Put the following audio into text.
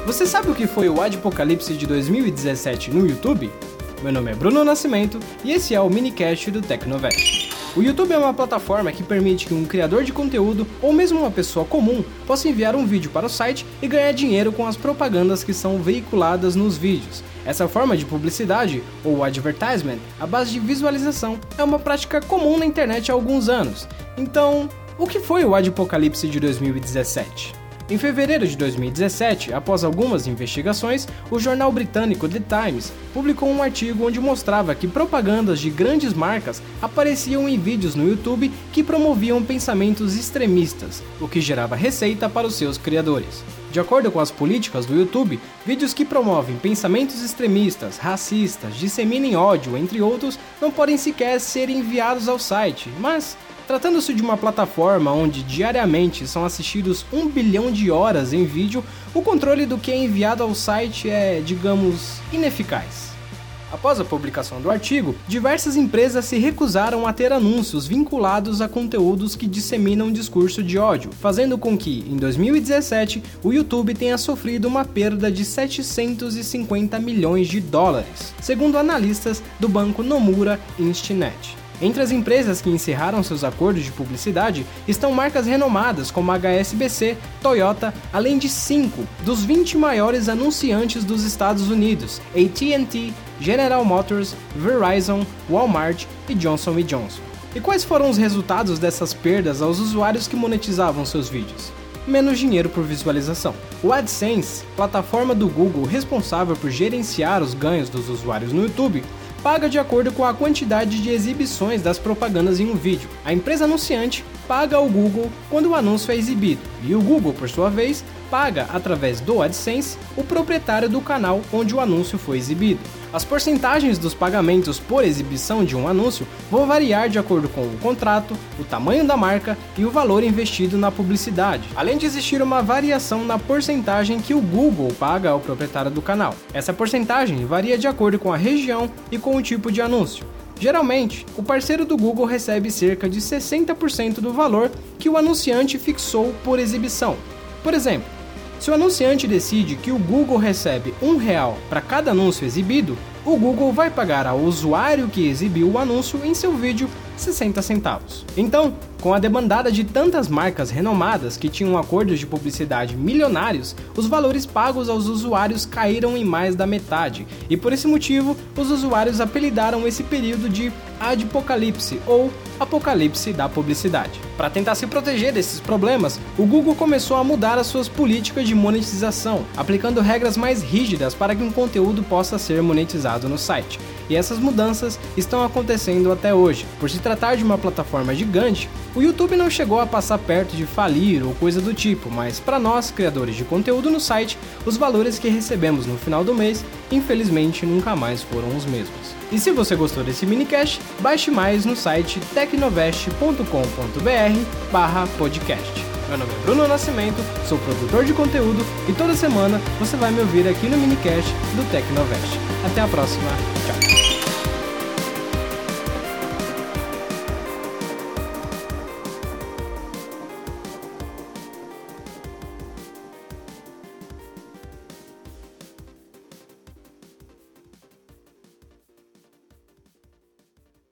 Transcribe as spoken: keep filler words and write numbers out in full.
Você sabe o que foi o Adpocalipse de dois mil e dezessete no YouTube? Meu nome é Bruno Nascimento e esse é o minicast do Tecnovest. O YouTube é uma plataforma que permite que um criador de conteúdo ou mesmo uma pessoa comum possa enviar um vídeo para o site e ganhar dinheiro com as propagandas que são veiculadas nos vídeos. Essa forma de publicidade, ou advertisement, à base de visualização, é uma prática comum na internet há alguns anos. Então, o que foi o Adpocalipse de dois mil e dezessete? Em fevereiro de dois mil e dezessete, após algumas investigações, o jornal britânico The Times publicou um artigo onde mostrava que propagandas de grandes marcas apareciam em vídeos no YouTube que promoviam pensamentos extremistas, o que gerava receita para os seus criadores. De acordo com as políticas do YouTube, vídeos que promovem pensamentos extremistas, racistas, disseminem ódio, entre outros, não podem sequer ser enviados ao site, mas tratando-se de uma plataforma onde diariamente são assistidos um bilhão de horas em vídeo, o controle do que é enviado ao site é, digamos, ineficaz. Após a publicação do artigo, diversas empresas se recusaram a ter anúncios vinculados a conteúdos que disseminam discurso de ódio, fazendo com que, em dois mil e dezessete, o YouTube tenha sofrido uma perda de setecentos e cinquenta milhões de dólares, segundo analistas do banco Nomura Instinet. Entre as empresas que encerraram seus acordos de publicidade estão marcas renomadas como H S B C, Toyota, além de cinco dos vinte maiores anunciantes dos Estados Unidos, A T and T, General Motors, Verizon, Walmart e Johnson e Johnson. E quais foram os resultados dessas perdas aos usuários que monetizavam seus vídeos? Menos dinheiro por visualização. O AdSense, plataforma do Google responsável por gerenciar os ganhos dos usuários no YouTube, paga de acordo com a quantidade de exibições das propagandas em um vídeo. A empresa anunciante paga ao Google quando o anúncio é exibido, e o Google, por sua vez, paga, através do AdSense, o proprietário do canal onde o anúncio foi exibido. As porcentagens dos pagamentos por exibição de um anúncio vão variar de acordo com o contrato, o tamanho da marca e o valor investido na publicidade, além de existir uma variação na porcentagem que o Google paga ao proprietário do canal. Essa porcentagem varia de acordo com a região e com o tipo de anúncio. Geralmente, o parceiro do Google recebe cerca de sessenta por cento do valor que o anunciante fixou por exibição. Por exemplo, se o anunciante decide que o Google recebe um real para cada anúncio exibido, o Google vai pagar ao usuário que exibiu o anúncio em seu vídeo sessenta centavos. Então, com a demandada de tantas marcas renomadas que tinham acordos de publicidade milionários, os valores pagos aos usuários caíram em mais da metade, e por esse motivo, os usuários apelidaram esse período de Adpocalipse ou Apocalipse da Publicidade. Para tentar se proteger desses problemas, o Google começou a mudar as suas políticas de monetização, aplicando regras mais rígidas para que um conteúdo possa ser monetizado no site. E essas mudanças estão acontecendo até hoje. Por se tratar de uma plataforma gigante, o YouTube não chegou a passar perto de falir ou coisa do tipo, mas para nós, criadores de conteúdo no site, os valores que recebemos no final do mês, infelizmente, nunca mais foram os mesmos. E se você gostou desse minicast, baixe mais no site tecnovest ponto com ponto b r barra podcast. Meu nome é Bruno Nascimento, sou produtor de conteúdo e toda semana você vai me ouvir aqui no minicast do Tecnovest. Até a próxima!